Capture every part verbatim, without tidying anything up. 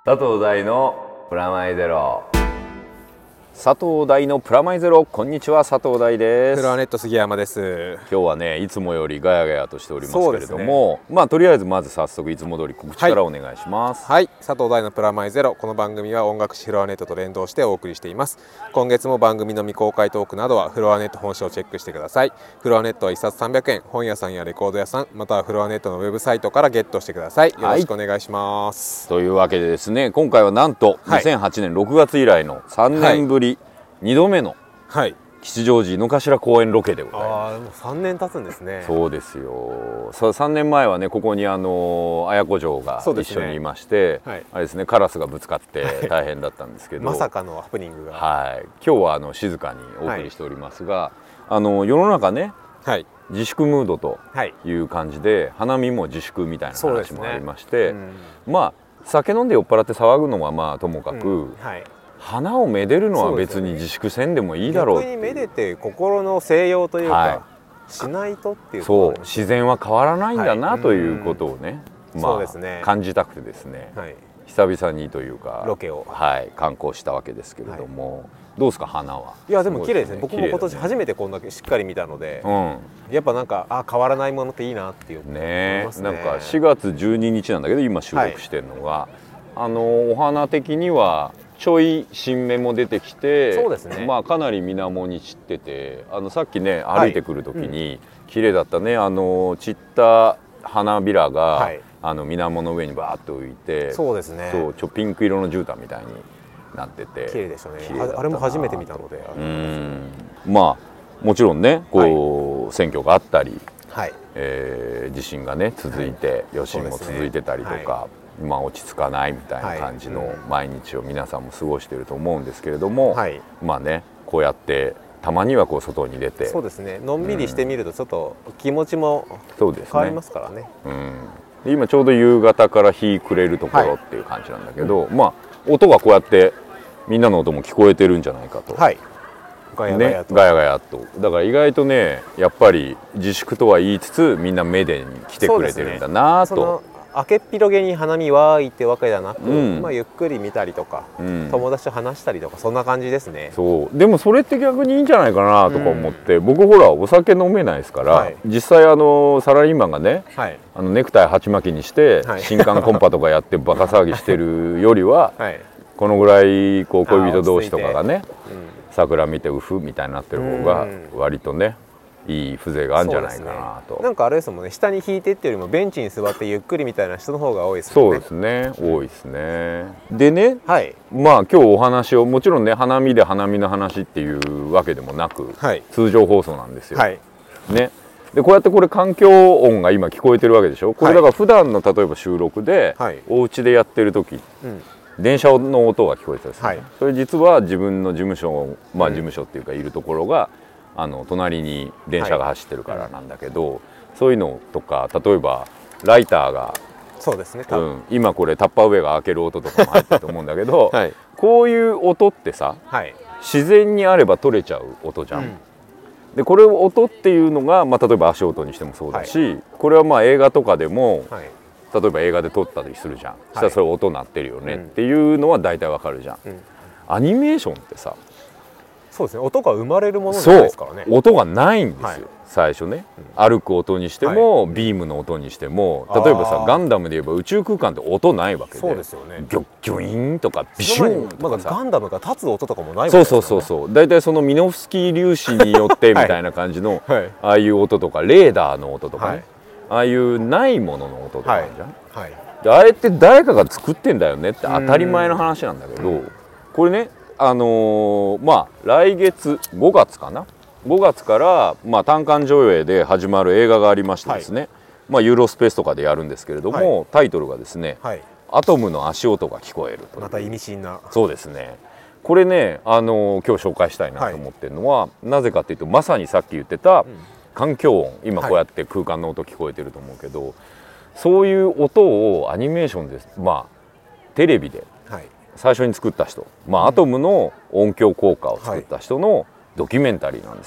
佐藤大のプラマイゼロ。佐藤大のプラマイゼロ。こんにちは、佐藤大です。 フロアネット杉山です。 今日はね、いつもよりガヤガヤとしておりますけれども、ね、まあとりあえずまず早速いつも通り告知からお願いします。 はい、はい、佐藤大のプラマイゼロ。この番組は音楽誌フロアネットと連動してお送りしています。今月も番組の未公開トークなどはフロアネット本誌をチェックしてください。フロアネットはいっさつさんびゃくえん、本屋さんやレコード屋さん、またはフロアネットのウェブサイトからゲットしてください。よろしくお願いします。 はい、というわけでですね、今回はなんとにせんはちねんろくがつ以来のさんねんぶり、はいにどめの吉祥寺井の頭公園ロケでございます。 ああ、もうさんねん経つんですね。 そうですよ。さんねんまえはね、ここにあの綾子城が一緒にいまして、ね、はい、あれですね、カラスがぶつかって大変だったんですけど、 まさかのハプニングが、 はい、今日はあの静かにお送りしておりますが、はい、あの世の中ね、はい、自粛ムードという感じで、はい、花見も自粛みたいな話もありまして、ね、うん、まあ酒飲んで酔っ払って騒ぐのはまあともかく、うん、はい、花をめでるのは別に自粛せんでもいいだろうっていう、 逆にめでて心の静養というか、はい、しないとっていう、 そう、自然は変わらないんだな、はい、ということをね、まあ、そうですね、感じたくてですね、はい、久々にというかロケを、 はい、観光したわけですけれども、はい、どうですか花は。 いやでも綺麗ですね。僕も今年初めてこんだけしっかり見たので、うん、やっぱなんかあ変わらないものっていいなっていう思いますね。 ね、なんかしがつじゅうににちなんだけど今収録してるのが、はい、あのお花的にはちょい新芽も出てきて、そうですね、まあかなり水面に散ってて、あのさっきね歩いてくる時に、はい、うん、綺麗だったね、あの散った花びらが、はい、あの水面の上にバーッと浮いて、そうですね、そうちょピンク色の絨毯みたいになってて綺麗でしたね。あれも初めて見たので、 うん、まあもちろんねこう、はい、選挙があったり、はい、えー、地震がね続いて、はい、余震も続いてたりとか、まあ、落ち着かないみたいな感じの毎日を皆さんも過ごしていると思うんですけれども、はい、まあねこうやってたまにはこう外に出て、 そうですね、のんびりしてみるとちょっと気持ちも変わりますからね。 うん、で今ちょうど夕方から日暮れるところっていう感じなんだけど、はい、まあ音がこうやってみんなの音も聞こえてるんじゃないかと、はい、 ガヤガヤと、 ね、ガヤガヤと。だから意外とねやっぱり自粛とは言いつつみんなめでに来てくれてるんだなと。 明けっぴろげに花見わーいってわけじゃなく、うん、まあゆっくり見たりとか、うん、友達と話したりとかそんな感じですね。 そうでもそれって逆にいいんじゃないかなとか思って、うん、僕ほらお酒飲めないですから、はい、実際あのサラリーマンがね、はい、あのネクタイ鉢巻きにして、はい、新刊コンパとかやってバカ騒ぎしてるよりは、はい、このぐらいこう恋人同士とかがね、うん、桜見てウフみたいになってる方が割とねいい風情があるんじゃないかなと、 ね、なんかあれですもんね、下に引いてっていうよりもベンチに座ってゆっくりみたいな人の方が多いですよね。 そうですね、多いですね。でね、はい、まあ今日お話をもちろんね花見で花見の話っていうわけでもなく、はい、通常放送なんですよ、はい、ね。でこうやってこれ環境音が今聞こえてるわけでしょ。これだから普段の例えば収録で、はい、お家でやってる時、うん、電車の音が聞こえてたんですよね、はい、それ実は自分の事務所、まあ事務所っていうかいるところが、うん、あの隣に電車が走ってるからなんだけど、はい、そういうのとか例えばライターがそうですね、 うん、今これタッパーウェイが開ける音とかも入ってると思うんだけど、はい、こういう音ってさ、はい、自然にあれば取れちゃう音じゃん、うん、でこれを音っていうのが、まあ、例えば足音にしてもそうだし、はい、これはまあ映画とかでも、はい、例えば映画で撮ったりするじゃん、はい、そしたらそれ音鳴ってるよねっていうのは大体わかるじゃん、うん、アニメーションってさそうですね、音が生まれるものじゃないですからね。 そう音がないんですよ、はい、最初ね、うん、歩く音にしても、はい、ビームの音にしても、例えばさガンダムで言えば宇宙空間って音ないわけで、そうですよね、ギョッギョイーンとかビシューンとかさ、 まだガンダムが立つ音とかもないわけですよね。 そうそうそうそう、大体そのミノフスキー粒子によってみたいな感じの、はい、ああいう音とかレーダーの音とかね、はい、ああいうないものの音とかあるじゃん、はいはい、であれって誰かが作ってんだよねって当たり前の話なんだけど、これねあのー、まあ来月ごがつかな、ごがつから、まあ、単館上映で始まる映画がありましてですね、はい、まあ、ユーロスペースとかでやるんですけれども、はい、タイトルがですね、はい、アトムの足音が聞こえるという。 また意味深な。 そうですね、これね、あのー、今日紹介したいなと思ってるのは、はい、なぜかというとまさにさっき言ってた、うん、環境音、今こうやって空間の音聞こえてると思うけど、はい、そういう音をアニメーションで、まあテレビで最初に作った人、まあ、アトムの音響効果を作った人のドキュメンタリーなんですよ。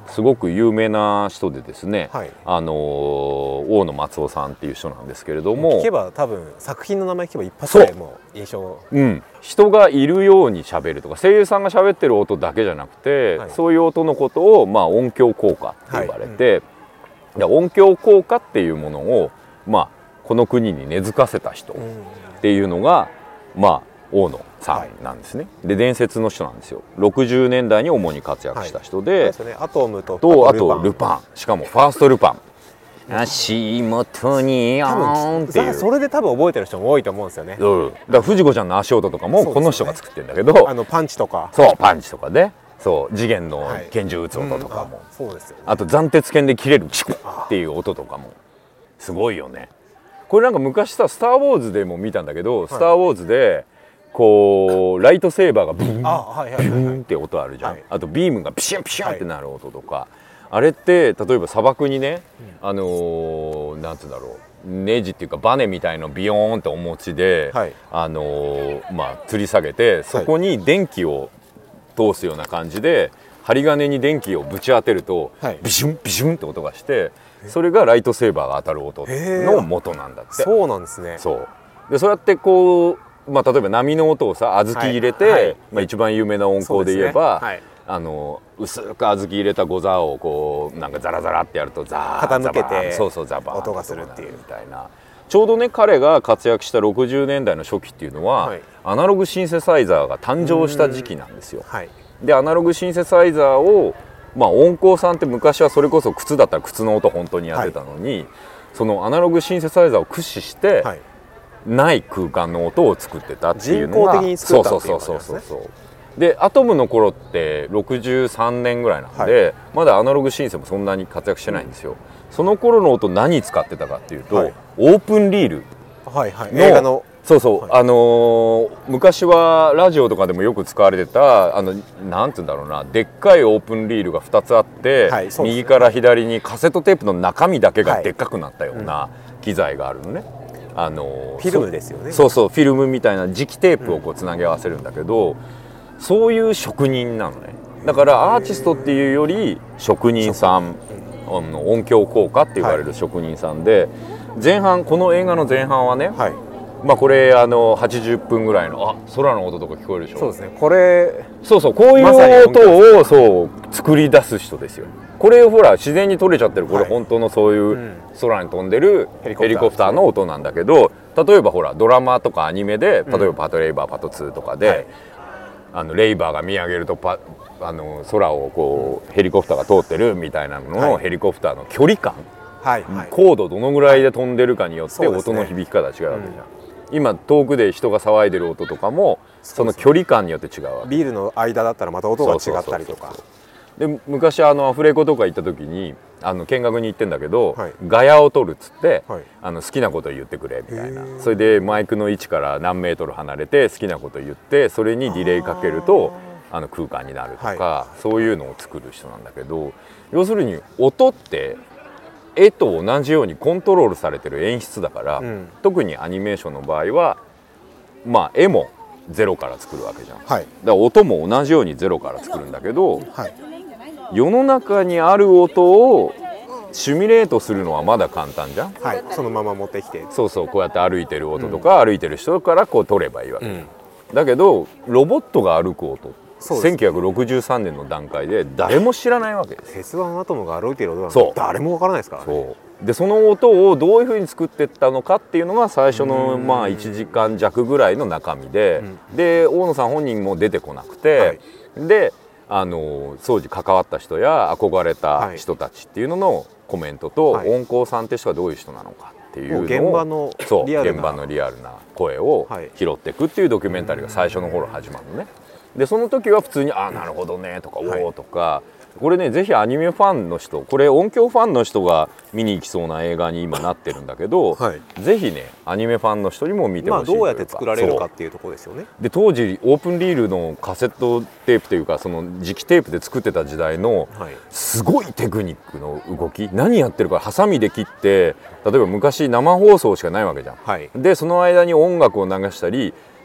すごく有名な人でですね、はい、あの大野松尾さんっていう人なんですけれども、 聞けば多分作品の名前聞けば一発でもう印象、 うん、人がいるように喋るとか、声優さんが喋ってる音だけじゃなくて、はい、そういう音のことを、まあ、音響効果って言われて、はい、うん、音響効果っていうものを、まあ、この国に根付かせた人っていうのが、うん、まあ大野さんなんですね、はい、で伝説の人なんですよ。ろくじゅうねんだいに主に活躍した人で、 はいね、アトムととあとルパン、しかもファーストルパン、足元にあーんっていう、 それで多分覚えてる人も多いと思うんですよね、 うん、だから藤子ちゃんの足音とかもこの人が作ってるんだけど、ね、 あのパンチとか、 そうパンチとかね、そう次元の拳銃撃つ音とかも、はい、うん、あ、そうですよね、あと斬鉄剣で切れるチクッっていう音とかもすごいよね。これなんか昔さ「スター・ウォーズ」でも見たんだけど「はい、スター・ウォーズ」でこうライトセーバーがブンビュンって音あるじゃん、はい、あとビームがピシュンピシュンってなる音とか、はい、あれって例えば砂漠にね、うん、あのー、なんつうんだろう、ネジっていうかバネみたいのビヨーンってお持ちで、はい、あのー、まあ吊り下げてそこに電気を通すような感じで針金に電気をぶち当てると、はい、ビシュンビシュンって音がして、それがライトセーバーが当たる音の元なんだって。 そうなんですね。 そうで、そうやってこう、まあ、例えば波の音をさ小豆入れて、はいはい、まあ、一番有名な音効で言えば、ね、はい、あの薄く小豆入れたゴザをこうなんかザラザラってやるとザー傾けてそうそうザバー音がするっていうみたいな。ちょうどね彼が活躍したろくじゅうねんだいの初期っていうのは、はい、アナログシンセサイザーが誕生した時期なんですよ。はい、でアナログシンセサイザーをまあ、音工さんって昔はそれこそ靴だったら靴の音本当にやってたのに、はい、そのアナログシンセサイザーを駆使して、はい、ない空間の音を作ってたっていうのが人工的に作ったっていうことですね。そうそうそうそう。でアトムの頃ってろくじゅうさんねんぐらいなんで、はい、まだアナログシンセもそんなに活躍してないんですよ。うん、その頃の音何使ってたかっていうと、はい、オープンリールの、はいはい、映画のそうそう、はい、あのー、昔はラジオとかでもよく使われてたあのなんていうんだろうな、でっかいオープンリールがふたつあって、はい、右から左にカセットテープの中身だけがでっかくなったような機材があるのね。あのー、 フィルムですよね。 そうそう、フィルムみたいな磁気テープをこうつなぎ合わせるんだけど、うん、そういう職人なのね。だからアーティストっていうより職人さん、うん、音響効果って言われる職人さんで、はい、前半この映画の前半はね、はい、まあこれあのはちじゅっぷんぐらいのあ空の音とか聞こえるでしょ。 そうですね。これそうそう、こういう音をそう作り出す人ですよ。これほら自然に取れちゃってる、これ本当のそういう空に飛んでるヘリコプターの音なんだけど、例えばほらドラマとかアニメで例えばパトレイバーパトツーとかで、はい、あのレイバーが見上げるとパあの空をこうヘリコプターが通ってるみたいなののヘリコプターの距離感、はいはい、高度どのぐらいで飛んでるかによって音の響き方が違うわけじゃん。今遠くで人が騒いでる音とかもその距離感によって違うわけ。 ビールの間だったらまた音が違ったりとか。 で昔あのアフレコとか行った時にあの見学に行ってんだけど、はい、ガヤを取るっつって、はい、あの好きなこと言ってくれみたいな。それでマイクの位置から何メートル離れて好きなこと言って、それにディレイかけるとあの空間になるとか、はい、そういうのを作る人なんだけど、要するに音って絵と同じようにコントロールされてる演出だから、うん、特にアニメーションの場合はまあ絵もゼロから作るわけじゃん、はい、だから音も同じようにゼロから作るんだけど、はい、世の中にある音をシミュレートするのはまだ簡単じゃん、 はい、そのまま持ってきて、 そうそう、こうやって歩いてる音とか、うん、歩いてる人からこう取ればいいわけ、うん、だけどロボットが歩く音、せんきゅうひゃくろくじゅうさんねんの段階で誰も知らないわけです。 鉄腕アトムが歩いている音なんて誰もわからないですからね。 そうでその音をどういうふうに作っていったのかっていうのが最初のまあいちじかんじゃくぐらいの中身で、で大野さん本人も出てこなくて、はい、であの当時関わった人や憧れた人たちっていうののコメントと、はい、音工さんって人はどういう人なのかっていうのを現場のリアルなそう現場のリアルな声を拾っていくっていうドキュメンタリーが最初の頃始まるのね。でその時は普通に「ああなるほどね」とか「おお」とか、これねぜひアニメファンの人、これ音響ファンの人が見に行きそうな映画に今なってるんだけど、はい、ぜひねアニメファンの人にも見てほしいというか、 まあどうやって作られるかっていうところですよね。 で当時オープンリールのカセットテープというかその磁気テープで作ってた時代のすごいテクニックの動き、何やってるかハサミで切って、例えば昔生放送しかないわけじゃん、はい、でその間に音楽を流したり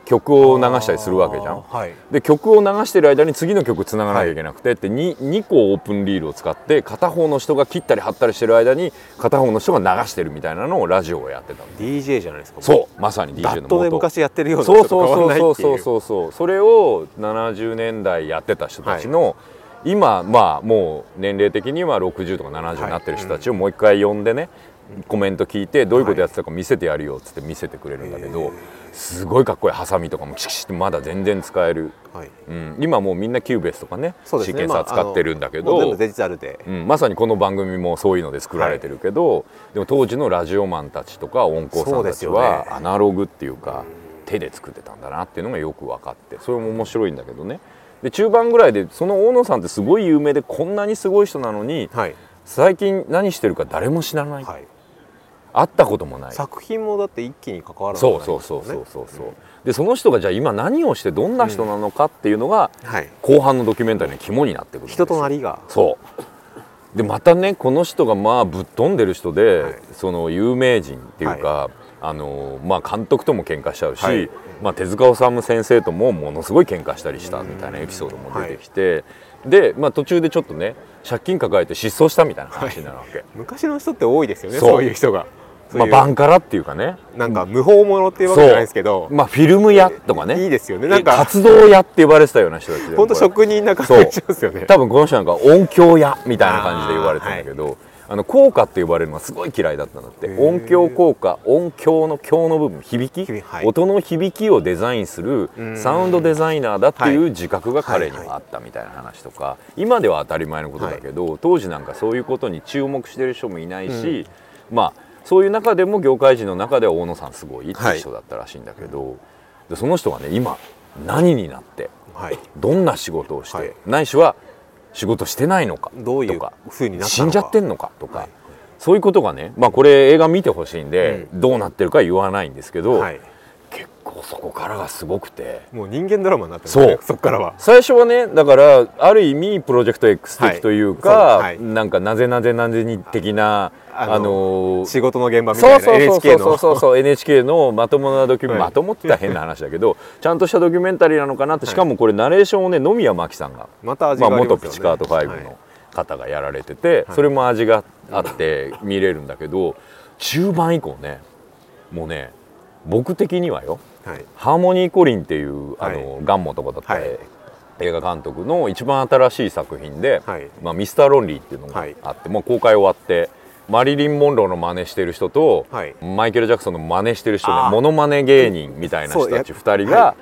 曲を流したりするわけじゃん、はい、で曲を流してる間に次の曲つながなきゃいけなくて、はい、って 2, にこオープンリールを使って片方の人が切ったり貼ったりしてる間に片方の人が流してるみたいなのをラジオをやってたの。 ディージェー じゃないですか。 そうまさに ディージェー の元。ダットで昔やってるような人と変わらないっていう。 そうそうそうそうそう、それをななじゅうねんだいやってた人たちの、はい、今まあもう年齢的にはろくじゅうとかななじゅうになってる人たちをもう一回呼んでね、コメント聞いてどういうことやってたか見せてやるよっつって見せてくれるんだけど、すごいかっこいいハサミとかもキシキシってまだ全然使える、はいうん、今もうみんなキューベースとかねシーケンサー使ってるんだけど、まあ、 全部デジタルで、 うん、まさにこの番組もそういうので作られてるけど、はい、でも当時のラジオマンたちとか音響さんたちはアナログっていうか手で作ってたんだなっていうのがよく分かって、それも面白いんだけどね。で中盤ぐらいでその大野さんってすごい有名でこんなにすごい人なのに、はい、最近何してるか誰も知らない、はい、会ったこともない。 作品もだって一気に関わるわけないですよね。そうそうそうそうそう、うん、でその人がじゃあ今何をしてどんな人なのかっていうのが、うんはい、後半のドキュメンタリーの肝になってくるんですよ。 人となりがそうでまたねこの人がまあぶっ飛んでる人で、はい、その有名人っていうか、はいあのまあ、監督とも喧嘩しちゃうし、はいまあ、手塚治虫先生ともものすごい喧嘩したりしたみたいなエピソードも出てきて、はい、で、まあ、途中でちょっとね借金抱えて失踪したみたいな話になるわけ、はい、 昔の人って多いですよね。そういう人がまあ、バンカラっていうかねなんか無法者っていうわけじゃないですけど、 まあ、フィルム屋とかねいいですよね。なんか活動屋って呼ばれてたような人たちで本当職人な感じしますよね。 多分この人なんか音響屋みたいな感じで呼ばれてたんだけど、はい、あの効果って呼ばれるのはすごい嫌いだったんだって。音響効果音響の響の部分響き、はい、音の響きをデザインするサウンドデザイナーだっていう自覚が彼にはあったみたいな話とか、今では当たり前のことだけど、はい、当時なんかそういうことに注目してる人もいないし、うん、まあそういう中でも業界人の中では大野さんすごいっていう人だったらしいんだけど、はい、でその人がね今何になって、はい、どんな仕事をして、はい、ないしは仕事してないのかとかどういう風になったのか死んじゃってんのかとか、はい、そういうことがね、まあ、これ映画見てほしいんで、うん、どうなってるか言わないんですけど、はい、結構そこからがすごくてもう人間ドラマになってるんですね。そっからは最初はねだからある意味プロジェクト X 的というか、はいはい、なんかなぜなぜなぜに的なあの、あのー、仕事の現場みたいな エヌエイチケー のそうそうそう エヌエイチケー のまともなドキュメンタリー、はい、まともって言ったら変な話だけどちゃんとしたドキュメンタリーなのかなって。しかもこれナレーションをね野宮真貴さんが、 また味がありますよね。 まあ、元ピチカートファイブの方がやられてて、はい、それも味があって見れるんだけど、中盤以降ねもうね僕的にはよ、はい、ハーモニー・コリンっていうあの、はい、ガンモとかだった、はい、映画監督の一番新しい作品で、はいまあ、ミスター・ロンリーっていうのがあって、はい、もう公開終わってマリリン・モンローの真似してる人と、はい、マイケル・ジャクソンの真似してる人ねモノマネ芸人みたいな人たちふたりが、はい、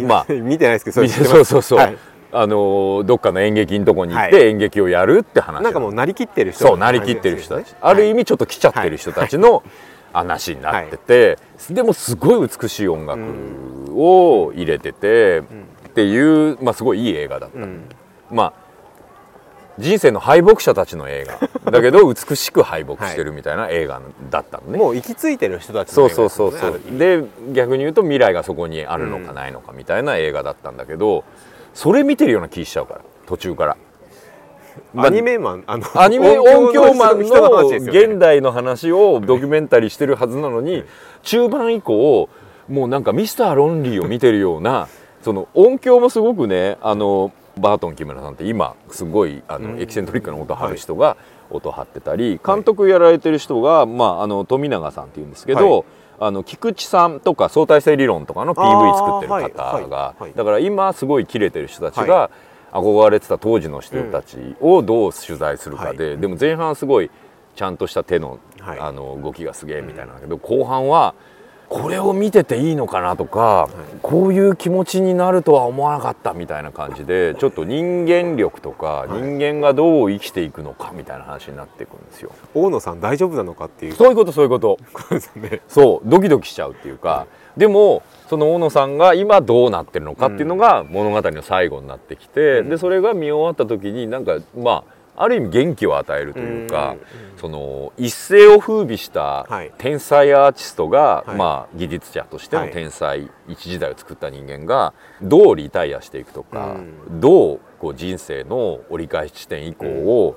まあ見てないですけどそうそうそう、はいあのどっかの演劇のとこに行って演劇をやるって話、はい、 なんかもうなりきってる人、 そうなりきってる人たち、ある意味ちょっと来ちゃってる人たちの話になってて、はい、でもすごい美しい音楽を入れてて、うん、っていう、まあ、すごいいい映画だった、うん、まあ人生の敗北者たちの映画だけど美しく敗北してるみたいな映画だったのね、はい、 もう行き着いてる人たちの映画ですね。 そうそうそうそうで逆に言うと未来がそこにあるのかないのかみたいな映画だったんだけど、それ見てるような気しちゃうから途中からアニメマンあのアニメ音響マンの現代の話をドキュメンタリーしてるはずなのに、中盤以降もうなんかミスター・ロンリーを見てるようなその音響もすごくねあのバートン木村さんって今すごいあのエキセントリックな音張る人が音張ってたり、監督やられてる人が、まあ、あの富永さんっていうんですけど、はい、あの菊池さんとか相対性理論とかの ピーブイ 作ってる方が、だから今すごいキレてる人たちが憧れてた当時の人たちをどう取材するかで、でも前半すごいちゃんとした手の、あの動きがすげえみたいなんだけど、後半はこれを見てていいのかなとか、はい、こういう気持ちになるとは思わなかったみたいな感じで、ちょっと人間力とか人間がどう生きていくのかみたいな話になっていくんですよ。 大野さん大丈夫なのかっていう、 そういうことそういうことそうドキドキしちゃうっていうか、はい、でもその大野さんが今どうなってるのかっていうのが物語の最後になってきて、うん、でそれが見終わった時になんかまあある意味元気を与えるというか、うん、その一世を風靡した天才アーティストが、はい、まあ、技術者としての天才、はい、一時代を作った人間がどうリタイアしていくとか、うん、どうこう人生の折り返し地点以降を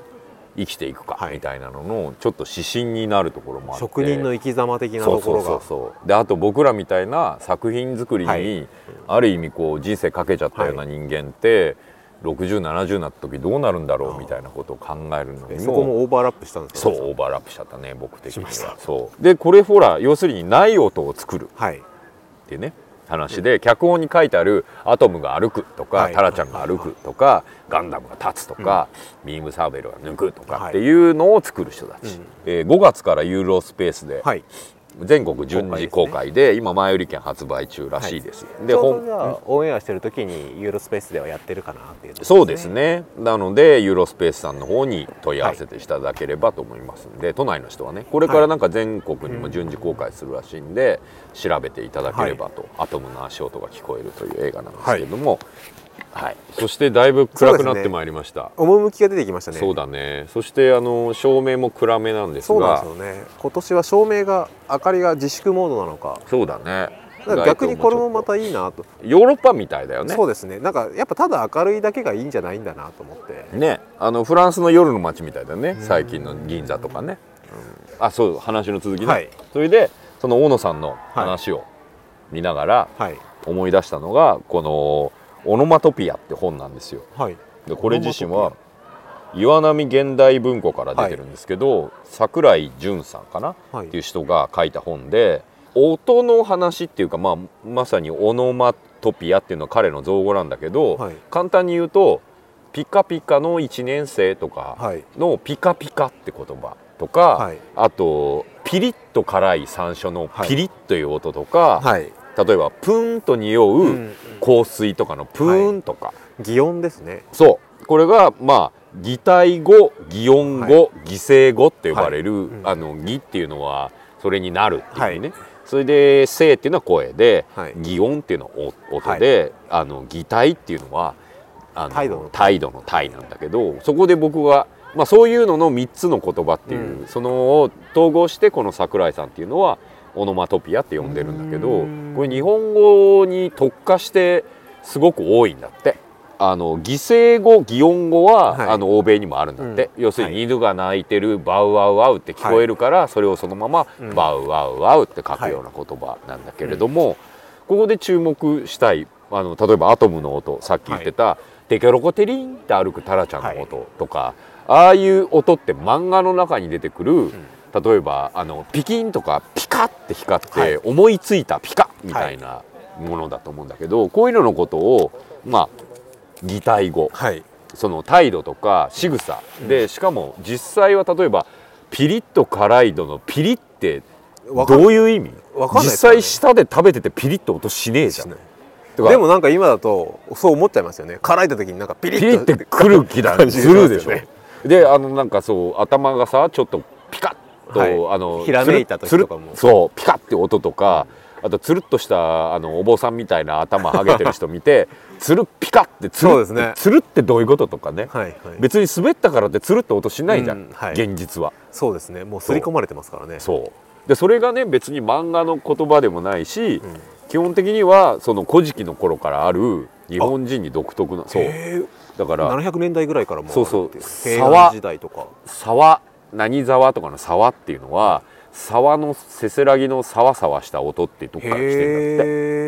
生きていくかみたいなののちょっと指針になるところもあって、 職人の生き様的なところが、 そうそうそうで、あと僕らみたいな作品作りにある意味こう人生かけちゃったような人間って、はい、ろくじゅう、ななじゅうになった時どうなるんだろうみたいなことを考えるのにも、 そこもオーバーラップしたんですか？ そうオーバーラップしちゃったね、僕的には。そうでこれほら要するにない音を作るっていうね、話で、脚本に書いてあるアトムが歩くとか、はい、タラちゃんが歩くとか、はい、ガンダムが立つとか、うん、ビームサーベルが抜くとかっていうのを作る人たち、はい、えー、ごがつからユーロスペースで、はい、全国順次公開で、今前売り券発売中らしいです、はい、でちょうどじゃあオンエアしてる時にユーロスペースではやってるかなっていう、ね、 そうですね。なのでユーロスペースさんの方に問い合わせていただければと思いますんで、はい、都内の人はねこれからなんか全国にも順次公開するらしいんで、うん、調べていただければと、はい、アトムの足音が聞こえるという映画なんですけれども、はいはい、そしてだいぶ暗くなってまいりました、ね、 趣が出てきましたね。 そうだね。そしてあの照明も暗めなんですが、 そうなんですよね。今年は照明が明かりが自粛モードなのか。 そうだね。 だから逆にこれもまたいいなと。 ヨーロッパみたいだよね。 そうですね。なんかやっぱただ明るいだけがいいんじゃないんだなと思ってね。あのフランスの夜の街みたいだね、最近の銀座とかね、うん、あ、そう話の続きね、はい、それでその大野さんの話を見ながら思い出したのが、このオノマトピアって本なんですよ、はい、でこれ自身は岩波現代文庫から出てるんですけど、はい、桜井純さんかな、はい、っていう人が書いた本で、音の話っていうか、まあ、まさにオノマトピアっていうのは彼の造語なんだけど、はい、簡単に言うとピカピカのいちねん生とかのピカピカって言葉とか、はい、あとピリッと辛い山椒のピリッという音とか、はい、例えばプーンと匂う香水とかのプーンとか、はい、擬音ですね。 そうこれがまあ擬態語、擬音語、はい、擬声語って呼ばれる、はい、うん、あの擬っていうのはそれになるっていうね、はい、それで声っていうのは声で、はい、擬音っていうのは音で、はい、あの擬態っていうのはあの態度の態度の態なんだけど、そこで僕が、まあ、そういうののみっつの言葉っていう、うん、そのを統合してこの桜井さんっていうのはオノマトピアって呼んでるんだけど、これ日本語に特化してすごく多いんだって。あの擬声語、擬音語は、はい、あの欧米にもあるんだって、うん、要するに犬が鳴いてるバウワウワウって聞こえるから、はい、それをそのまま、うん、バウワウワウって書くような言葉なんだけれども、はい、ここで注目したい、あの例えばアトムの音、さっき言ってた、はい、テケロコテリンって歩くタラちゃんの音とか、はい、ああいう音って漫画の中に出てくる、うん、例えばあのピキンとかピカって光って思いついたピカみたいなものだと思うんだけど、こういうののことをまあ擬態語、はい、その態度とか仕草、うん、でしかも実際は例えばピリッと辛い度のピリッってどういう意味？わかんないですよね。実際舌で食べててピリッと音しねえじゃん。 でもなんか今だとそう思っちゃいますよね。辛いた時になんかピリッってくる気だするでしょ。であのなんかそう頭がさちょっとピカッと、はい、あのひらめいた時とかもそうピカッって音とか、あとつるっとしたあのお坊さんみたいな頭はげてる人見てつるピカッってつる、そうですね、つるってどういうこととかね、はいはい、別に滑ったからってつるって音しないじゃん、うん、はい、現実は。 そうですね、もう刷り込まれてますからね。 そうでそれがね別に漫画の言葉でもないし、うん、基本的にはその古事記の頃からある日本人に独特な、そうだからななひゃくねんだいぐらいからもあるっていう、そうそう平安時代とか沢何沢とかの沢っていうのは、沢のせせらぎのさわさわした音ってどっから来てんだって、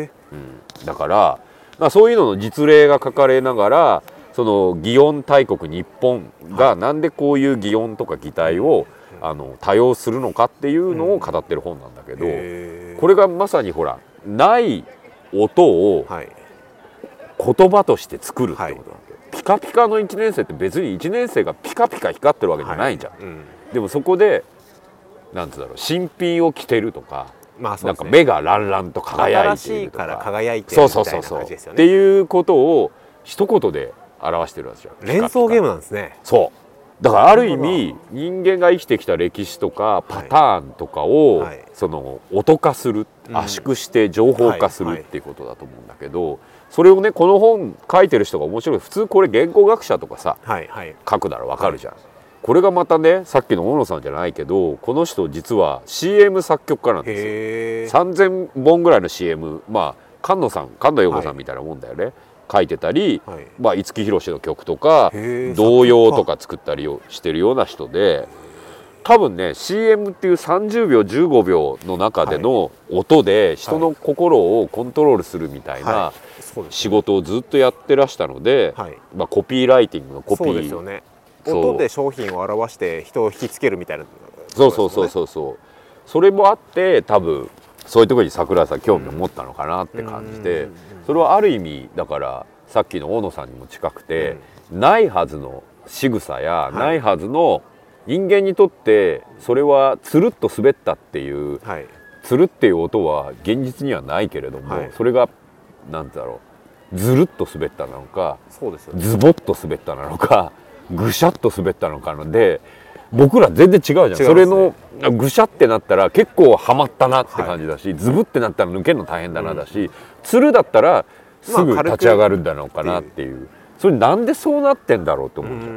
うん、だから、まあ、そういうのの実例が書かれながら、その擬音大国日本がなんでこういう擬音とか擬態をあの多用するのかっていうのを語ってる本なんだけど、これがまさにほらない音を言葉として作るってことなんだよ、はい、ピカピカのいちねん生って別にいちねん生がピカピカ光ってるわけじゃないじゃん、はい、うん、でもそこでなんつうだろう、新品を着てるとか、まあそうですね、なんか目がランランと輝いているとか、 新しいから輝いてるみたいな感じですよね。 っていうことを一言で表してるんですよ。 連想ゲームなんですね。 そうだからある意味人間が生きてきた歴史とかパターンとかを、はい、その音化する、うん、圧縮して情報化するっていうことだと思うんだけど、はいはい、それをねこの本書いてる人が面白い。普通これ言語学者とかさ、はいはい、書くならわかるじゃん、はい、これがまたねさっきの大野さんじゃないけど、この人実は シーエム 作曲家なんですよ。さんぜんぼんぐらいの シーエム、まあ菅野さん菅野陽子さんみたいなもんだよね、はい、 書いてたり、はい、まあ、五木ひろしの曲とか童謡とか作ったりをしてるような人で、多分ね シーエム っていうさんじゅうびょうじゅうごびょうの中での音で人の心をコントロールするみたいな仕事をずっとやってらしたので、はい、まあ、コピーライティングのコピー、 そうですよね、音で商品を表して人を引きつけるみたいな、 そうそうそうそうそう、それもあって多分そういうところに桜井さん興味を持ったのかなって感じて、それはある意味だからさっきの大野さんにも近くて、ないはずの仕草やないはずの人間にとってそれはつるっと滑ったっていう、つるっていう音は現実にはないけれども、それがなんだろう、ずるっと滑ったなのか、ズボッと滑ったなのか、ぐしゃっと滑ったのかので、僕ら全然違うじゃん、ね、それのぐしゃってなったら結構ハマったなって感じだし、はい、ズブってなったら抜けるの大変だなだし、うん、つるだったらすぐ立ち上がるんだろうかなっていう、まあ、それなんでそうなってんだろうと思うじゃん、うん、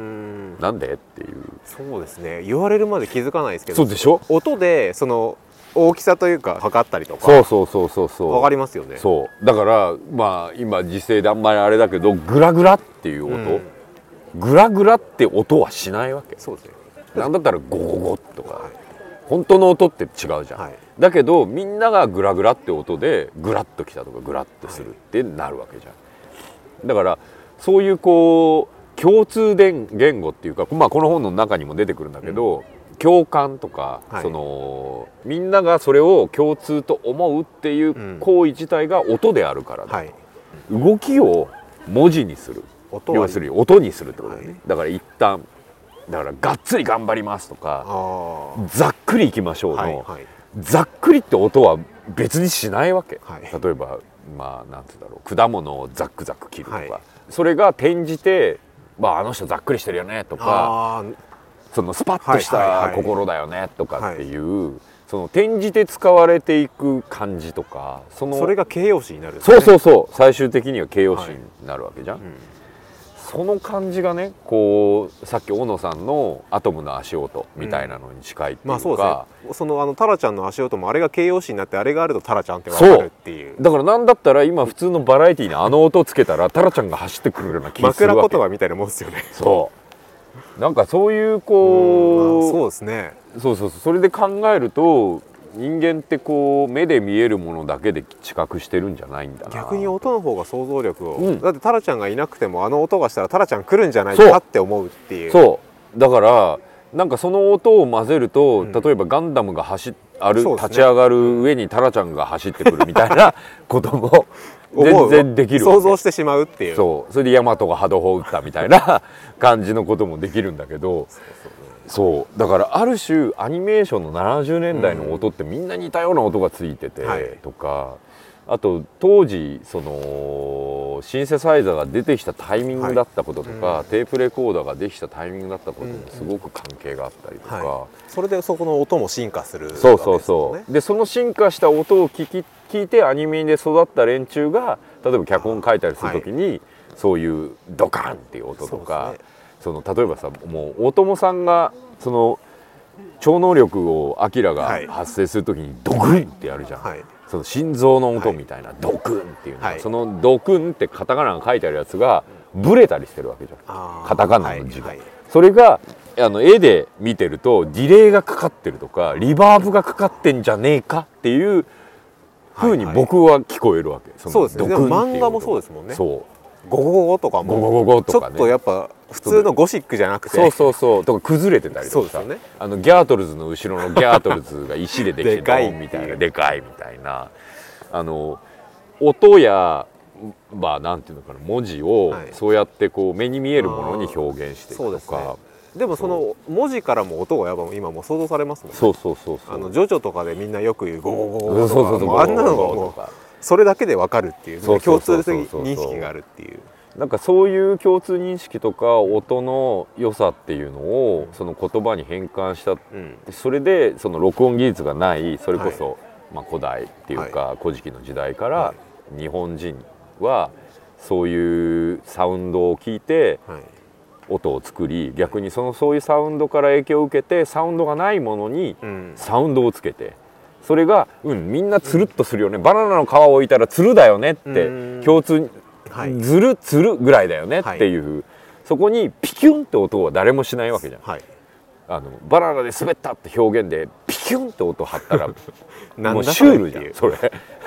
なんでっていう。 そうですね、言われるまで気づかないですけど、 そうでしょ、 音でその大きさというか測ったりとか、 そうそうそうそうそう、 分かりますよね。 そうだからまあ今時勢であんまりあれだけど、グラグラっていう音、うん、グラグラって音はしないわけ。 そうですね、 なんだったらゴゴゴとか、はい、本当の音って違うじゃん、はい、だけどみんながグラグラって音でグラッときたとかグラッとするってなるわけじゃん、はい、だからそういうこう共通言語っていうか、まあ、この本の中にも出てくるんだけど、うん、共感とか、はい、そのみんながそれを共通と思うっていう行為自体が音であるからだ、はい、動きを文字にする、要するに音にするってことだよね、はい、だから一旦だからがっつり頑張りますとかざっくりいきましょうの、はいはい、ざっくりって音は別にしないわけ、はい、例えばまあなんて言うんだろう、果物をザックザク切るとか、はい、それが転じて、まあ、あの人ざっくりしてるよねとか、そのスパッとした心だよねとかっていう、はいはいはい、その転じて使われていく感じとか、そのそれが形容詞になるんですね。 そうそうそう、最終的には形容詞になるわけじゃん、はい、うん、その感じがね、こうさっき小野さんのアトムの足音みたいなのに近いっていうか、うん、まあそうですね、 そのあのタラちゃんの足音もあれが形容詞になって、あれがあるとタラちゃんって分かるっていう。 だからなんだったら今普通のバラエティーにあの音つけたらタラちゃんが走ってくるような気がするわけ。 枕言葉みたいなもんですよね。 そうなんかそういうこう、 うん、そうですね、 そうそうそう、それで考えると人間ってこう目で見えるものだけで知覚してるんじゃないんだな。 逆に音の方が想像力を、うん、だってタラちゃんがいなくてもあの音がしたらタラちゃん来るんじゃないかって思うっていう。 そうだからなんかその音を混ぜると、うん、例えばガンダムが走ある、ね、立ち上がる上にタラちゃんが走ってくるみたいなことも全然できるわけ。 想像してしまうっていう。 そうそれでヤマトが波動砲を撃ったみたいな感じのこともできるんだけど、そうそうそうだからある種アニメーションのななじゅうねんだいの音ってみんな似たような音がついててとか、はい、あと当時そのシンセサイザーが出てきたタイミングだったこととか、はい、うん、テープレコーダーができたタイミングだったことにすごく関係があったりとか、うん、はい、 それでそこの音も進化するわけですよね。そうそうそうでその進化した音を聞き聞いてアニメで育った連中が例えば脚本書いたりするときに、はい、そういうドカンっていう音とか、その例えばさ、もう大友さんがその超能力をアキラが発生するときにドクンってやるじゃん、はい、その心臓の音みたいな、はい、ドクンっていうの、はい、そのドクンってカタカナが書いてあるやつがブレたりしてるわけじゃん、カタカナの字が、はいはい、それがあの絵で見てるとディレイがかかってるとかリバーブがかかってんじゃねえかっていう風に僕は聞こえるわけ、はいはい、 そうですね。でも漫画もそうですもんね。そうゴゴゴゴとかもゴゴゴゴとか、ね、 ちょっとやっぱ普通のゴシックじゃなくて、 そうそうそうとか崩れてたりとかさ、ね、あのギャートルズの後ろのギャートルズが石でできてドーンみたいなでかいみたいな、あの音やまあなんていうのかな、文字をそうやってこう目に見えるものに表現していくとか、はい、 でもその文字からも音がやっぱ今もう想像されますもんね。 そうそうそうそう、 あのジョジョとかでみんなよく言うゴゴゴゴとか、そうそうそう、あんなのがもうそれだけで分かるっていう、ね、共通的認識があるっていう。 なんかそういう共通認識とか音の良さっていうのをその言葉に変換した、うん、それでその録音技術がないそれこそ、はい、まあ古代っていうか、はい、古事記の時代から日本人はそういうサウンドを聞いて音を作り、逆にそのそういうサウンドから影響を受けてサウンドがないものにサウンドをつけて、それが、うん、みんなつるっとするよね、バナナの皮を置いたらつるだよねって共通はい、ずるつるぐらいだよねっていう、はい、そこにピキュンって音は誰もしないわけじゃん、はい、あのバナナで滑ったって表現でピキュンって音張ったらもうシュールじゃんそれ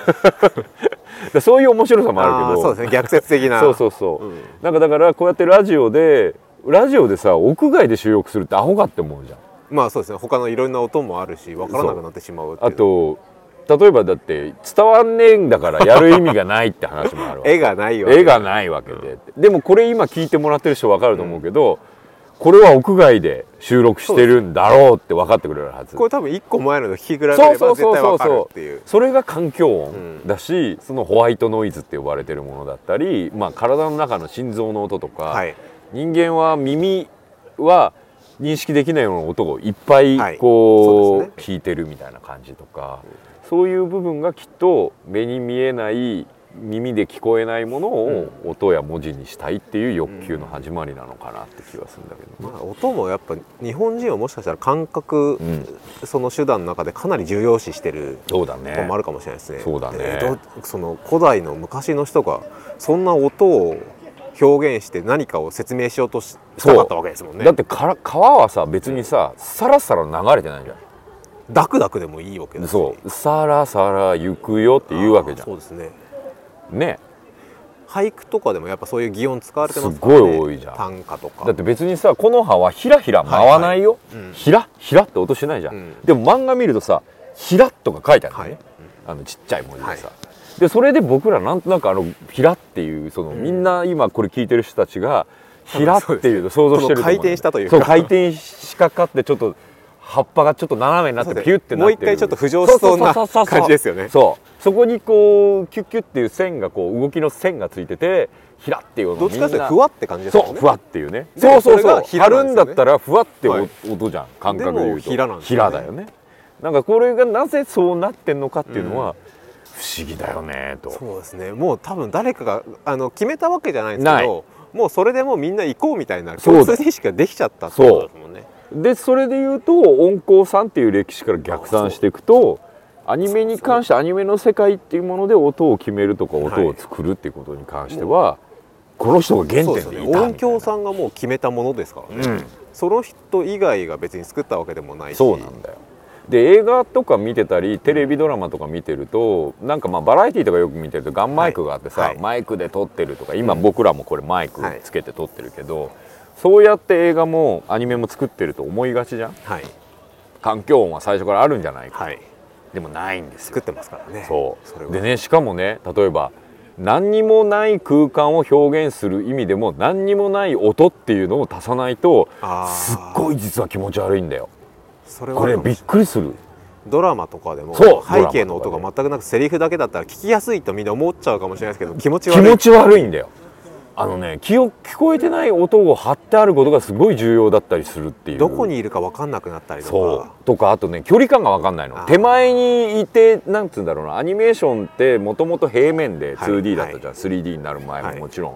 そういう面白さもあるけど、 そうですね、逆説的なそうそうそう、うん、なんかだからこうやってラジオでラジオでさ屋外で収録するってアホかって思うじゃん。 まあそうですね、他のいろんな音もあるし分からなくなってしまうっていう。 あと例えばだって伝わんねえんだからやる意味がないって話もあるわけ絵がないわけ絵がないわけで、うん、でもこれ今聞いてもらってる人分かると思うけど、うん、これは屋外で収録してるんだろうって分かってくれるはず。 これ多分いっこまえのと聞き比べれば絶対分かるっていう。 それが環境音だし、うん、そのホワイトノイズって呼ばれてるものだったり、まあ、体の中の心臓の音とか、はい、人間は耳は認識できないような音をいっぱいこう、はい、聞いてるみたいな感じとか、うん、そういう部分がきっと目に見えない耳で聞こえないものを音や文字にしたいっていう欲求の始まりなのかなって気がするんだけど、ね、 まあ、音もやっぱ日本人はもしかしたら感覚、うん、その手段の中でかなり重要視してるところもあるかもしれないですね。 そうだね。 えー、その古代の昔の人がそんな音を表現して何かを説明しようとしたかったわけですもんね。 だってから川はさ別にさ、うん、さらさら流れてないじゃん。 ダクダクでもいいわけだし、 そうさらさら行くよっていうわけじゃん。 そうですね。 ね、 俳句とかでもやっぱそういう擬音使われてますからね。 すごい多いじゃん。 短歌とかだって別にさこの葉はひらひら舞わないよ、はいはい、うん、ひらひらって音しないじゃん、うん、でも漫画見るとさひらとか書いてあるのね、はい、あのちっちゃい文字でさ、はい、でそれで僕らなんとなくあのひらっていうその、うん、みんな今これ聞いてる人たちがひらっていうの想像してると思う、 回転したというか、 そう回転しかかってちょっと葉っぱがちょっと斜めになってピュッてなってる、 もう一回ちょっと浮上しそうな感じですよね。 そうそこにこうキュッキュッっていう線がこう動きの線がついててひらっていうのをどっちかというとふわって感じですよね。 そうふわっていうね。そうそうそう。張るんだったらふわって音じゃん、感覚で言うと。ひらだよね。なんかこれがなぜそうなってんのかっていうのは不思議だよねと。 そうですね。もう多分誰かがあの決めたわけじゃないですけど、もうそれでもうみんな行こうみたいな共通認識ができちゃったってことですもんね。 でそれで言うと音効さんっていう歴史から逆算していくと。アニメに関してアニメの世界っていうもので音を決めるとか音を作るっていうことに関しては、はい、この人が原点でいたみたいな、 音響さんがもう決めたものですからね、うん、その人以外が別に作ったわけでもないし。 そうなんだよ。で映画とか見てたりテレビドラマとか見てるとなんかまあバラエティーとかよく見てるとガンマイクがあってさ、はいはい、マイクで撮ってるとか今僕らもこれマイクつけて撮ってるけど、はい、そうやって映画もアニメも作ってると思いがちじゃん、はい、環境音は最初からあるんじゃないか、はい、でもないんですよ。 作ってますからね。 そうそれでね、しかもね例えば何にもない空間を表現する意味でも何にもない音っていうのを足さないとすっごい実は気持ち悪いんだよ。それはこれびっくりする。 ドラマとかでも背景の音が全くなくセリフだけだったら聞きやすいとみんな思っちゃうかもしれないですけど気持ち悪い。 気持ち悪いんだよ。あのね、聞こえてない音を張ってあることがすごい重要だったりするっていう。 どこにいるか分かんなくなったりとか。 そうとかあとね距離感が分かんないの。手前にいてなんつうんだろうな、アニメーションってもともと平面で ツーディー だったじゃん、はいはい、スリーディー になる前ももちろん、はい、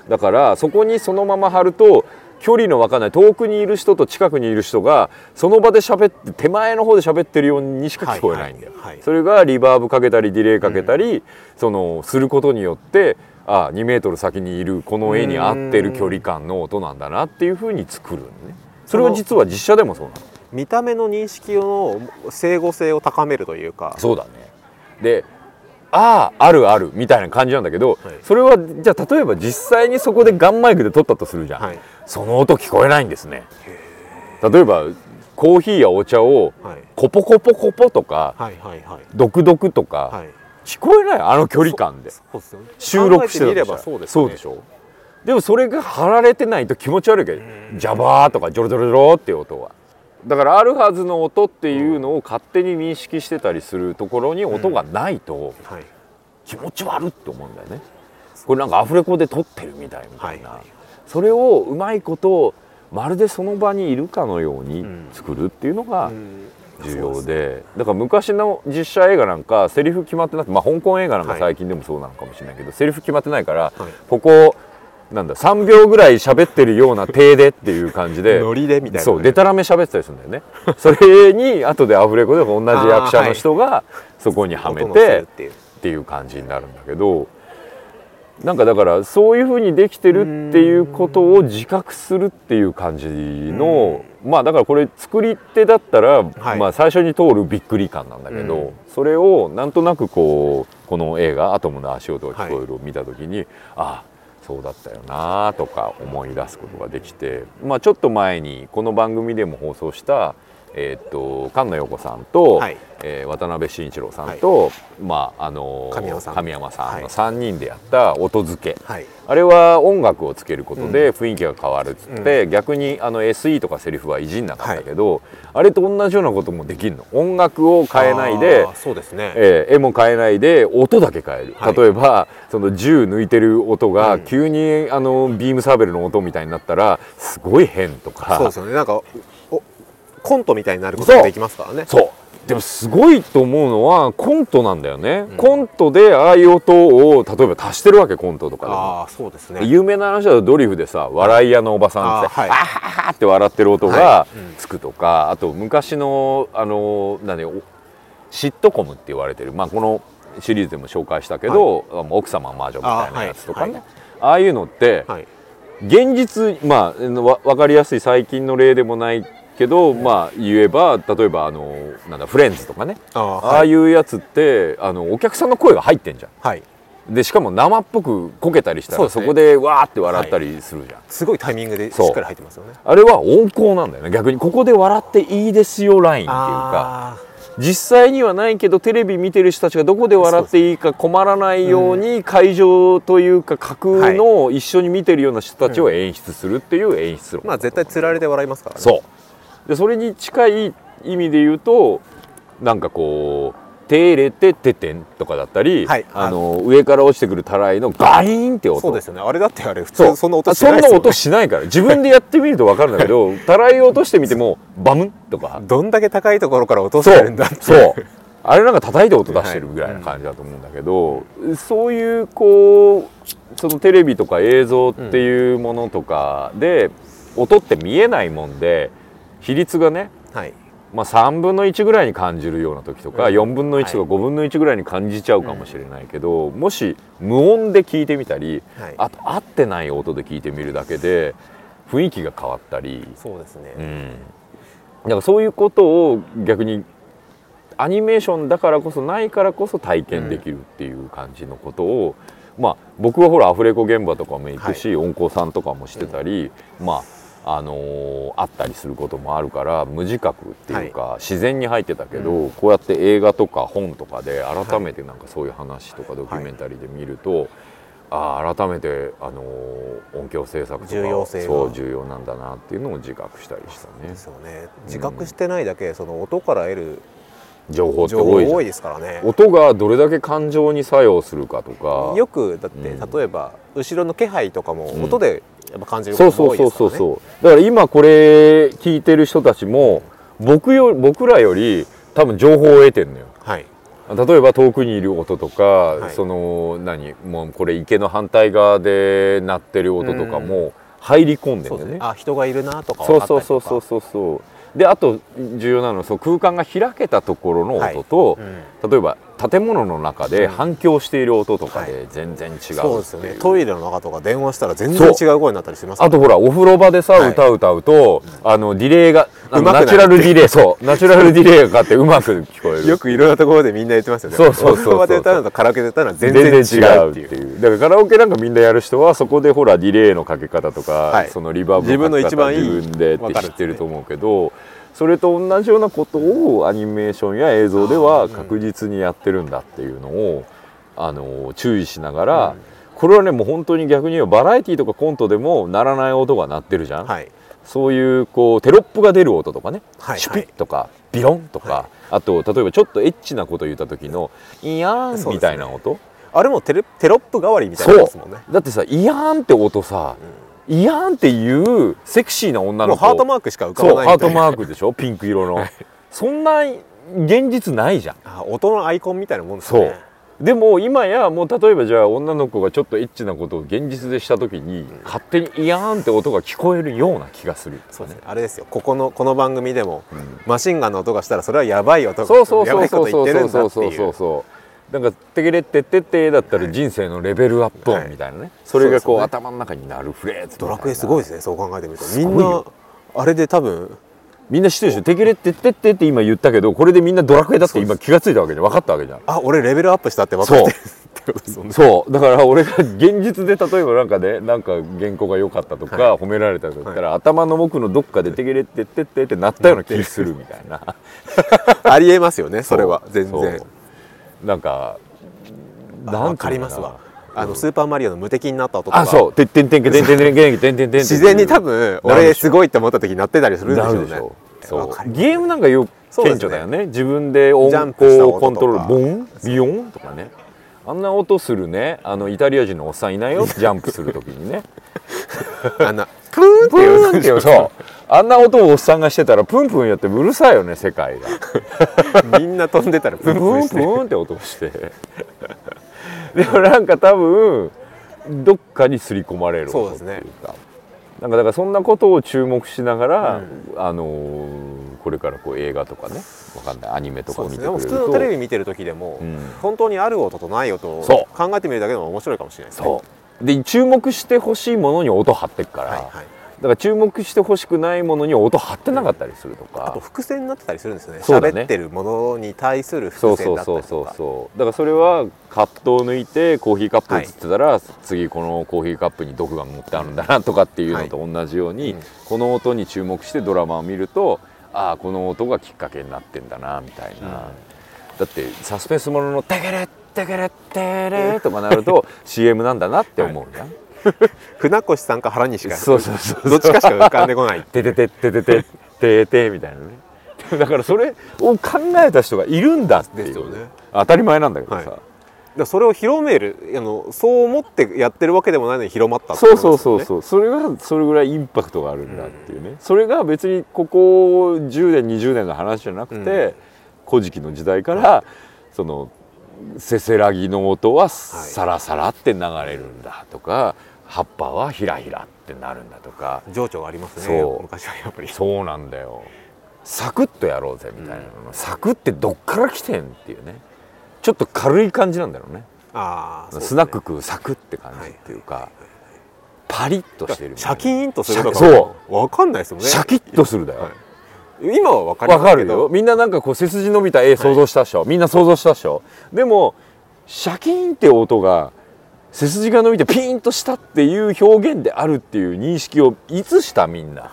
だからそこにそのまま貼ると距離の分かんない遠くにいる人と近くにいる人がその場で喋って手前の方で喋ってるようにしか聞こえないんだよ、はいはいはい、それがリバーブかけたりディレイかけたり、うん、そのすることによってああにメートル先にいるこの絵に合ってる距離感の音なんだなっていうふうに作るのね。それは実は実写でもそうなの。 見た目の認識の整合性を高めるというか。 そうだね。であああるあるみたいな感じなんだけど、はい、それはじゃあ例えば実際にそこでガンマイクで撮ったとするじゃん、はい、その音聞こえないんですね。例えばコーヒーやお茶をコポコポコポとか、はいはいはい、ドクドクとか、はい、聞こえないあの距離感で収録してるとしたらそうでしょ。でもそれが貼られてないと気持ち悪いけどジャバーとかジョロジョロジョロっていう音はだからあるはずの音っていうのを勝手に認識してたりするところに音がないと気持ち悪いって思うんだよね。これなんかアフレコで撮ってるみたいみたいな、それをうまいことまるでその場にいるかのように作るっていうのが重要で、だから昔の実写映画なんかセリフ決まってなくて、まあ香港映画なんか最近でもそうなのかもしれないけど、セリフ決まってないからここなんださんびょうぐらい喋ってるような体でっていう感じでノリでみたいな、ね、 そうでたらめ喋ってたりするんだよね。それに後でアフレコで同じ役者の人がそこにはめてっていう感じになるんだけど、 なんかだからそういうふうにできてるっていうことを自覚するっていう感じの、まあだからこれ作り手だったら、はい、まあ最初に通るびっくり感なんだけど、それをなんとなくこうこの映画「アトムの足音が聞こえる」を見た時に、はい、ああそうだったよなとか思い出すことができて、まあちょっと前にこの番組でも放送したえー、と菅野陽子さんと、はい、えー、渡辺慎一郎さんと、はい、まああのー、神山さん、神山さんのさんにんでやった音付け、はい、あれは音楽をつけることで雰囲気が変わるっつって、うん、逆にあの エスイー とかセリフはいじんなかったけど、はい、あれと同じようなこともできるの。音楽を変えないで、 そうですね、 えー、絵も変えないで音だけ変える、はい、例えばその銃抜いてる音が急にあのビームサーベルの音みたいになったらすごい変とか、 そうですよね、なんかコントみたいになることができますからね。 そうでもすごいと思うのはコントなんだよね、うん、コントでああいう音を例えば足してるわけ、コントとかでも。 あ、そうですね、 有名な話だとドリフでさ、笑い屋のおばさんって、はい、あははって笑ってる音がつくとか、はい、うん、あと昔のあの何シットコムって言われてる、まあ、このシリーズでも紹介したけど、はい、奥様魔女みたいなやつとかね、あ、はいはい、ああいうのって、はい、現実、まあわ分かりやすい最近の例でもないけど、まあ言えば例えばあのなんだフレンズとかね、 あ, あ, はい、ああいうやつってあのお客さんの声が入ってんじゃん、はい、でしかも生っぽくこけたりしたら そ,、ね、そこでわーって笑ったりするじゃん、はい、 すごいタイミングでしっかり入ってますよね。 あれは温厚なんだよね、逆にここで笑っていいですよラインっていうか、実際にはないけどテレビ見てる人たちがどこで笑っていいか困らないように会場というか架空の一緒に見てるような人たちを演出するっていう演出論、 まあ絶対つられて笑いますからね。 そうでそれに近い意味で言うとなんかこう「てれてててん」とかだったり、はい、あの上から落ちてくるたらいのガイーンって音。 そうですよね、あれだってあれ普通そんな音しないですよね。 そんな音しないから自分でやってみると分かるんだけどたらいを落としてみてもバムンとか、 どんだけ高いところから落としてるんだって。 そうそうあれなんか叩いて音出してるぐらいな感じだと思うんだけど、はい、そういうこうそのテレビとか映像っていうものとかで、うん、音って見えないもんで比率がね、はい、まあさんぶんのいちぐらいに感じるような時とか、うん、よんぶんのいちとかごぶんのいちぐらいに感じちゃうかもしれないけど、うん、もし無音で聞いてみたり、はい、あと合ってない音で聞いてみるだけで雰囲気が変わったり。 そうですね、 うん、だからそういうことを逆にアニメーションだからこそないからこそ体験できるっていう感じのことを、うん、まあ僕はほらアフレコ現場とかも行くし、はい、音響さんとかもしてたり、うん、まああのー、あったりすることもあるから無自覚っていうか、はい、自然に入ってたけど、うん、こうやって映画とか本とかで改めてなんかそういう話とかドキュメンタリーで見ると、はい、ああ改めて、あのー、音響制作とか重要性がそう重要なんだなっていうのを自覚したりしたね。 ですよね。自覚してないだけ、うん、その音から得る情報って多いじゃん。 多いですからね。 音がどれだけ感情に作用するかとか、 よくだって、うん、例えば後ろの気配とかも音でやっぱ感じることが多いですからね。そうそうそうそうだから今これ聞いてる人たちも僕よ僕らより多分情報を得てるのよ、はい、例えば遠くにいる音とか、はい、その何もうこれ池の反対側で鳴ってる音とかも入り込んでるんだよね。 あ、人がいるなとか分かったりとか。 そうそうそうそうそうであと重要なのはその空間が開けたところの音と、はいうん、例えば建物の中で反響している音とかで全然違う、はい、 そうですよね。トイレの中とか電話したら全然違う声になったりしますから、ね、 あとほらお風呂場でさ、はい、歌う歌うと、うん、あのディレイがナチュラルディレイそうナチュラルディレイがかかってうまく聞こえる。 よくいろんなところでみんな言ってますよね。 そうそうそうそう。お風呂場で歌うのとカラオケで歌うのは全然違うっていう。 っていうだからカラオケなんかみんなやる人はそこでほらディレイのかけ方とか、はい、そのリバーブのかけ方自分の一番いい自分でって知ってると思うけど、それと同じようなことをアニメーションや映像では確実にやってるんだっていうのをあの注意しながら、うん、これはねもう本当に逆に言えばバラエティとかコントでも鳴らない音が鳴ってるじゃん、はい、そういうこうテロップが出る音とかね、はい、シュピッとかビロンとか、はい、あと例えばちょっとエッチなこと言った時のイヤーンみたいな音、ね、 あれもテレ、テロップ代わりみたいなですもんね。 だってさイヤーンって音さ、うんイヤーンっていうセクシーな女の子ハートマークしか浮かばないみたいな。 そうハートマークでしょピンク色の、はい、そんな現実ないじゃん。 あ音のアイコンみたいなもんですね。 そうでも今やもう例えばじゃあ女の子がちょっとエッチなことを現実でした時に、うん、勝手にイヤーンって音が聞こえるような気がする、ね、 そうですね。あれですよここのこの番組でも、うん、マシンガンの音がしたらそれはやばい音がそうそうそうそうそうそうそうそうそうなんか「てけれってってって」だったら人生のレベルアップ音みたいなね、はい、それがこう、ね、頭の中になるフレーズ。 ドラクエすごいですね、そう考えてみると。みんなあれで多分みんな知ってるでしょ。てけれってってってって今言ったけど、これでみんなドラクエだって今気がついたわけじゃん、分かったわけじゃん。 あ、俺レベルアップしたって分かってるってことですもんね。 そうだから俺が現実で例えばなんかね、なんか原稿が良かったとか、はい、褒められたとか言ったら、はい、頭の奥のどっかでてけれってってってってなったような気するみたいなありえますよね、それは全然。 なんか分かりますわ。あのスーパーマリオの無敵になった音とか、 あ、そう、てってんてんけてんてんてんてんてんてんてん、 自然に多分俺すごいって思った時になってたりするんでしょうね。 そうゲームなんかよ顕著だよね。自分で音高コントロール、ボンビヨンとかね、あんな音するね、あのイタリア人のおっさんいないよ、ジャンプする時にねあんなプーンっていうプーンっていう、そうあんな音をおっさんがしてたらプンプンやってうるさいよね、世界がみんな飛んでたらプンプンしてプンプンって音してでもなんか多分どっかに刷り込まれる音っていうか、そうですね、なんかだからそんなことを注目しながら、うん、あのー、これからこう映画とかね、わかんないアニメとかを見てくれると、 普通のテレビ見てる時でも、うん、本当にある音とない音を考えてみるだけでも面白いかもしれないですね。 そうで注目してほしいものに音張ってっから、はいはい、だから注目してほしくないものに音張ってなかったりするとか、 あと伏線になってたりするんですよね。喋、ね、ってるものに対する伏線だったりとか。そうそうそうそうだからそれはカットを抜いてコーヒーカップ映ってたら、はい、次このコーヒーカップに毒が持ってあるんだなとかっていうのと同じように、はい、うん、この音に注目してドラマを見ると、ああこの音がきっかけになってんだなみたいな、うん、だってサスペンスものの「テケレッテケレッテレ」とかなると シーエム なんだなって思うじゃん、はい船越さんか原西か、 そうそうそうどっちかしか浮かんでこない。 ててててててててみたいなね。だからそれを考えた人がいるんだっていう、ね、当たり前なんだけどさ、はい、だからそれを広める、あのそう思ってやってるわけでもないのに広まったってことですよね。そうそうそうそう、それがそれぐらいインパクトがあるんだっていうね、うん、それが別にここじゅうねんにじゅうねんの話じゃなくて、うん、古事記の時代から、はい、そのせせらぎの音はサラサラって流れるんだとか、はい、葉っぱはひらひらってなるんだとか、 情緒がありますね。そう昔はやっぱりそうなんだよ。サクッとやろうぜみたいなの、うん、サクってどっから来てんっていうね、ちょっと軽い感じなんだろうね。ああ、ね、スナック食うサクって感じっていうか、はいはいはいはい、パリッとしてる、 シャキーンとするとかそう分かんないですもんね。 シャキッとするだよ、はい、 今は分かりますけど、 よみんななんかこう背筋伸びた絵想像したでしょ、はい、みんな想像したでしょ。でもシャキーンって音が背筋が伸びてピーンとしたっていう表現であるっていう認識をいつしたみんな、はい、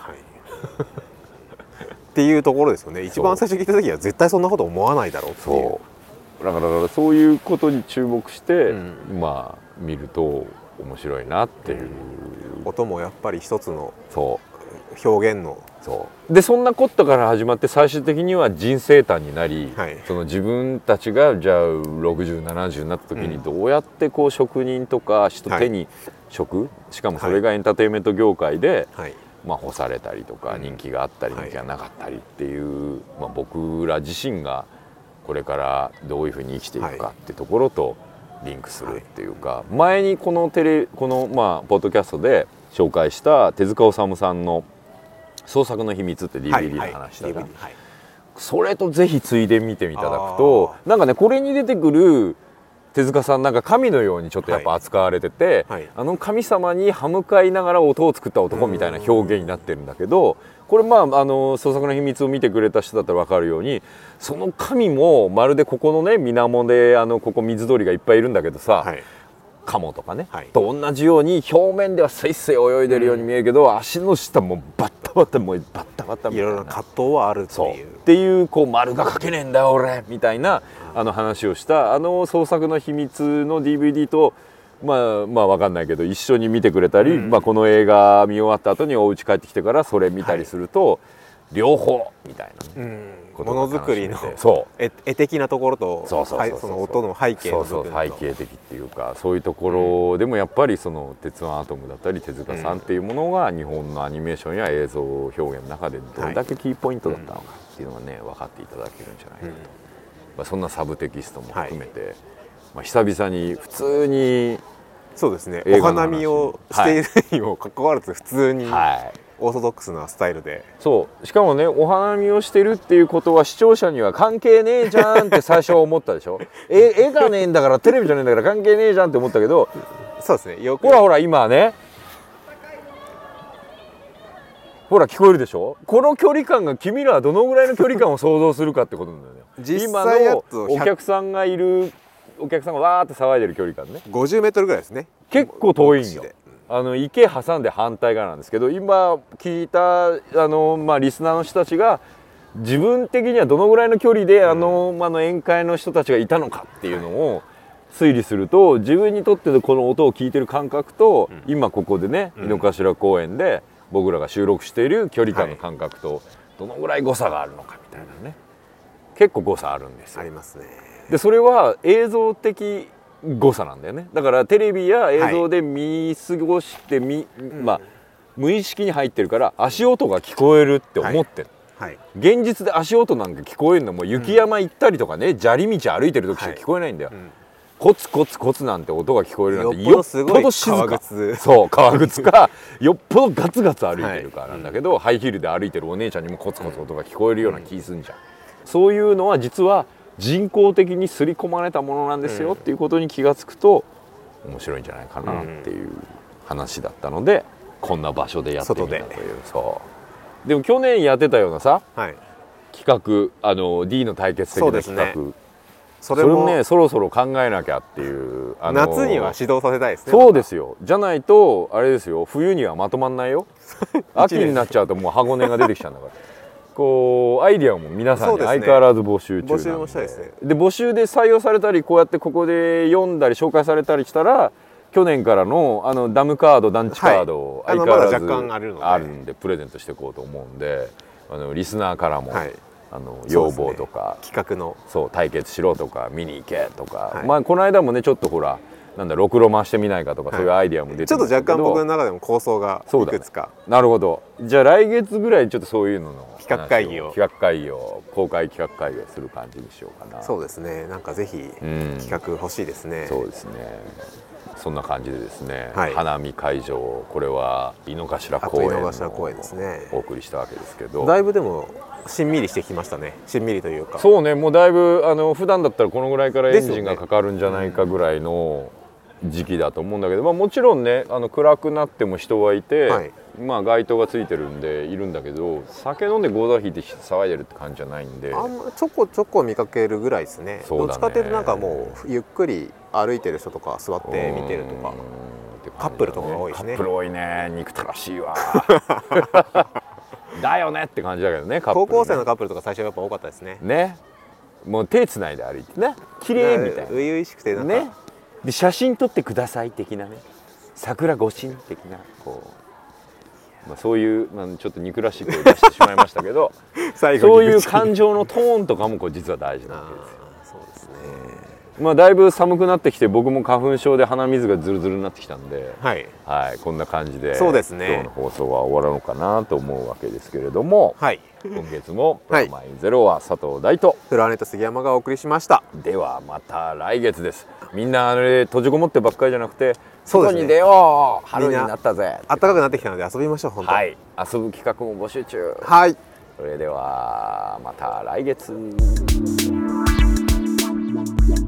っていうところですよね。一番最初聞いた時は絶対そんなこと思わないだろうっていう。 そうだから、だからそういうことに注目して、うん、まあ見ると面白いなっていう、 うん、音もやっぱり一つの表現のそうで、そんなこったから始まって最終的には人生観になり、はい、その自分たちがじゃあろくじゅうななじゅうになった時にどうやってこう職人とか人手に職、はい、しかもそれがエンターテインメント業界で、はい、まあ、干されたりとか人気があったり人気がなかったりっていう、まあ、僕ら自身がこれからどういうふうに生きていくかってところとリンクするっていうか、前にこのテレこのまあポッドキャストで紹介した手塚治虫さんの創作の秘密って ディーブイディー の話だから、それとぜひついで見てみていただくと、なんかねこれに出てくる手塚さんなんか神のようにちょっとやっぱ扱われてて、はいはい、あの神様に歯向かいながら音を作った男みたいな表現になってるんだけど、これまああの創作の秘密を見てくれた人だったら分かるように、その神もまるでここのね水面であのここ水鳥がいっぱいいるんだけどさ、はい、カモとかね、はい、と同じように表面ではスイスイ泳いでるように見えるけど、うん、足の下もバッタバタもうバッタバタみたいな、 いろいろ葛藤はあるっていうっていうこう丸が描けねえんだよ俺みたいなあの話をしたあの創作の秘密の ディーブイディー とまあまあ分かんないけど一緒に見てくれたり、うん、まあ、この映画見終わった後にお家帰ってきてからそれ見たりすると、はい、両方みたいな、うん、 ものづくりのそう絵的なところとその音の背景の部分とそうそう背景的っていうか、そういうところでもやっぱりその鉄腕アトムだったり手塚さんっていうものが日本のアニメーションや映像表現の中でどれだけキーポイントだったのかっていうのがね分かっていただけるんじゃないかと、うんまあ、そんなサブテキストも含めて、はい、まあ、久々に普通にそうですねお花見をしているにもかかわらず普通にオーソドックスなスタイルで、 そうしかもねお花見をしてるっていうことは視聴者には関係ねえじゃんって最初は思ったでしょえ絵がねえんだからテレビじゃねえんだから関係ねえじゃんって思ったけど、 そうですね、よくほらほら今ねほら聞こえるでしょ。この距離感が君らはどのぐらいの距離感を想像するかってことなんだよね実際今のお客さんがいるお客さんがわーって騒いでる距離感ねごじゅうメートルぐらいですね。 結構遠いんよ。あの池挟んで反対側なんですけど、今聞いたあの、まあ、リスナーの人たちが自分的にはどのぐらいの距離で、うん、あの、まあ、の宴会の人たちがいたのかっていうのを推理すると、自分にとってのこの音を聞いてる感覚と、うん、今ここでね井の頭公園で僕らが収録している距離感の感覚とどのぐらい誤差があるのかみたいなね、結構誤差あるんですよ。 ありますね。 でそれは映像的誤差なんだよね。だからテレビや映像で見過ごしてみ、はい、まあ無意識に入ってるから足音が聞こえるって思ってる、はいはい、現実で足音なんか聞こえるのも雪山行ったりとかね、うん、砂利道歩いてる時しか聞こえないんだよ、はい、うん、コツコツコツなんて音が聞こえるなんてよっぽど静か、そう革靴かよっぽどガツガツ歩いてるからなんだけど、はい、ハイヒールで歩いてるお姉ちゃんにもコツコツ音が聞こえるような気すんじゃん、うん、そういうのは実は人工的に刷り込まれたものなんですよっていうことに気がつくと面白いんじゃないかなっていう話だったので、こんな場所でやってみたという。そうでも去年やってたようなさ、はい、企画あの D の対決的な企画、 それもねそろそろ考えなきゃっていう、 あの夏には始動させたいですね。 そうですよ。じゃないとあれですよ、冬にはまとまんないよ秋になっちゃうともう箱根が出てきちゃうんだからこうアイディアも皆さんに相変わらず募集中なんで、 募集もしたいですね。 で募集で採用されたりこうやってここで読んだり紹介されたりしたら去年からのあのダムカード団地カード、はい、相変わらず若干あるので、 あるんでプレゼントしていこうと思うんで、あのリスナーからも、はい、あの要望とか、 ね、企画のそう対決しろとか見に行けとか、はい、まあこの間もねちょっとほらなんだろくろ回してみないかとか、はい、そういうアイディアも出てるんですけど、 ちょっと若干僕の中でも構想がいくつか、 ね、なるほど。じゃあ来月ぐらいちょっとそういうのの企画会議を企画会議を公開企画会議をする感じにしようかな。 そうですね、なんかぜひ企画欲しいですね、 うん、そうですね。そんな感じでですね、はい、花見会場、これは井の頭公園をお送りしたわけですけど、 だいぶでもしんみりしてきましたね。しんみりというか、 そうね、もうだいぶあの普段だったらこのぐらいからエンジンがかかるんじゃないかぐらいの時期だと思うんだけど、まあ、もちろんねあの暗くなっても人はいて、はい、まあ街灯がついてるんでいるんだけど、酒飲んでゴーダー引いて騒いでるって感じじゃないんで、 あんまちょこちょこ見かけるぐらいですね。どっちかっていうとなんかもうゆっくり歩いてる人とか座って見てるとか、カップルとかが多いですね。 カップル多いね。憎たらしいわだよねって感じだけどね、カップルね。 高校生のカップルとか最初はやっぱ多かったですね。 ね、もう手つないで歩いてね、綺麗みたいな、 初々しくてなんか、 ね、で写真撮ってください的なね、桜越し的なこう、まあ、そういう、まあ、ちょっと憎らしい声を出してしまいましたけどそういう感情のトーンとかもこう実は大事なわけですよ。 そうですね。 まあだいぶ寒くなってきて、僕も花粉症で鼻水がズルズルになってきたんで、 はい、 はい、こんな感じでそうですね、 今日の放送は終わるのかなと思うわけですけれども、はい、今月もプラマイゼロは佐藤大とフロアネット杉山がお送りしました。 ではまた来月です。みんなあれ閉じこもってばっかりじゃなくて、外に出よう、春になったぜ、 暖かくなってきたので遊びましょう。本当、 はい、遊ぶ企画も募集中。 はい、 それではまた来月。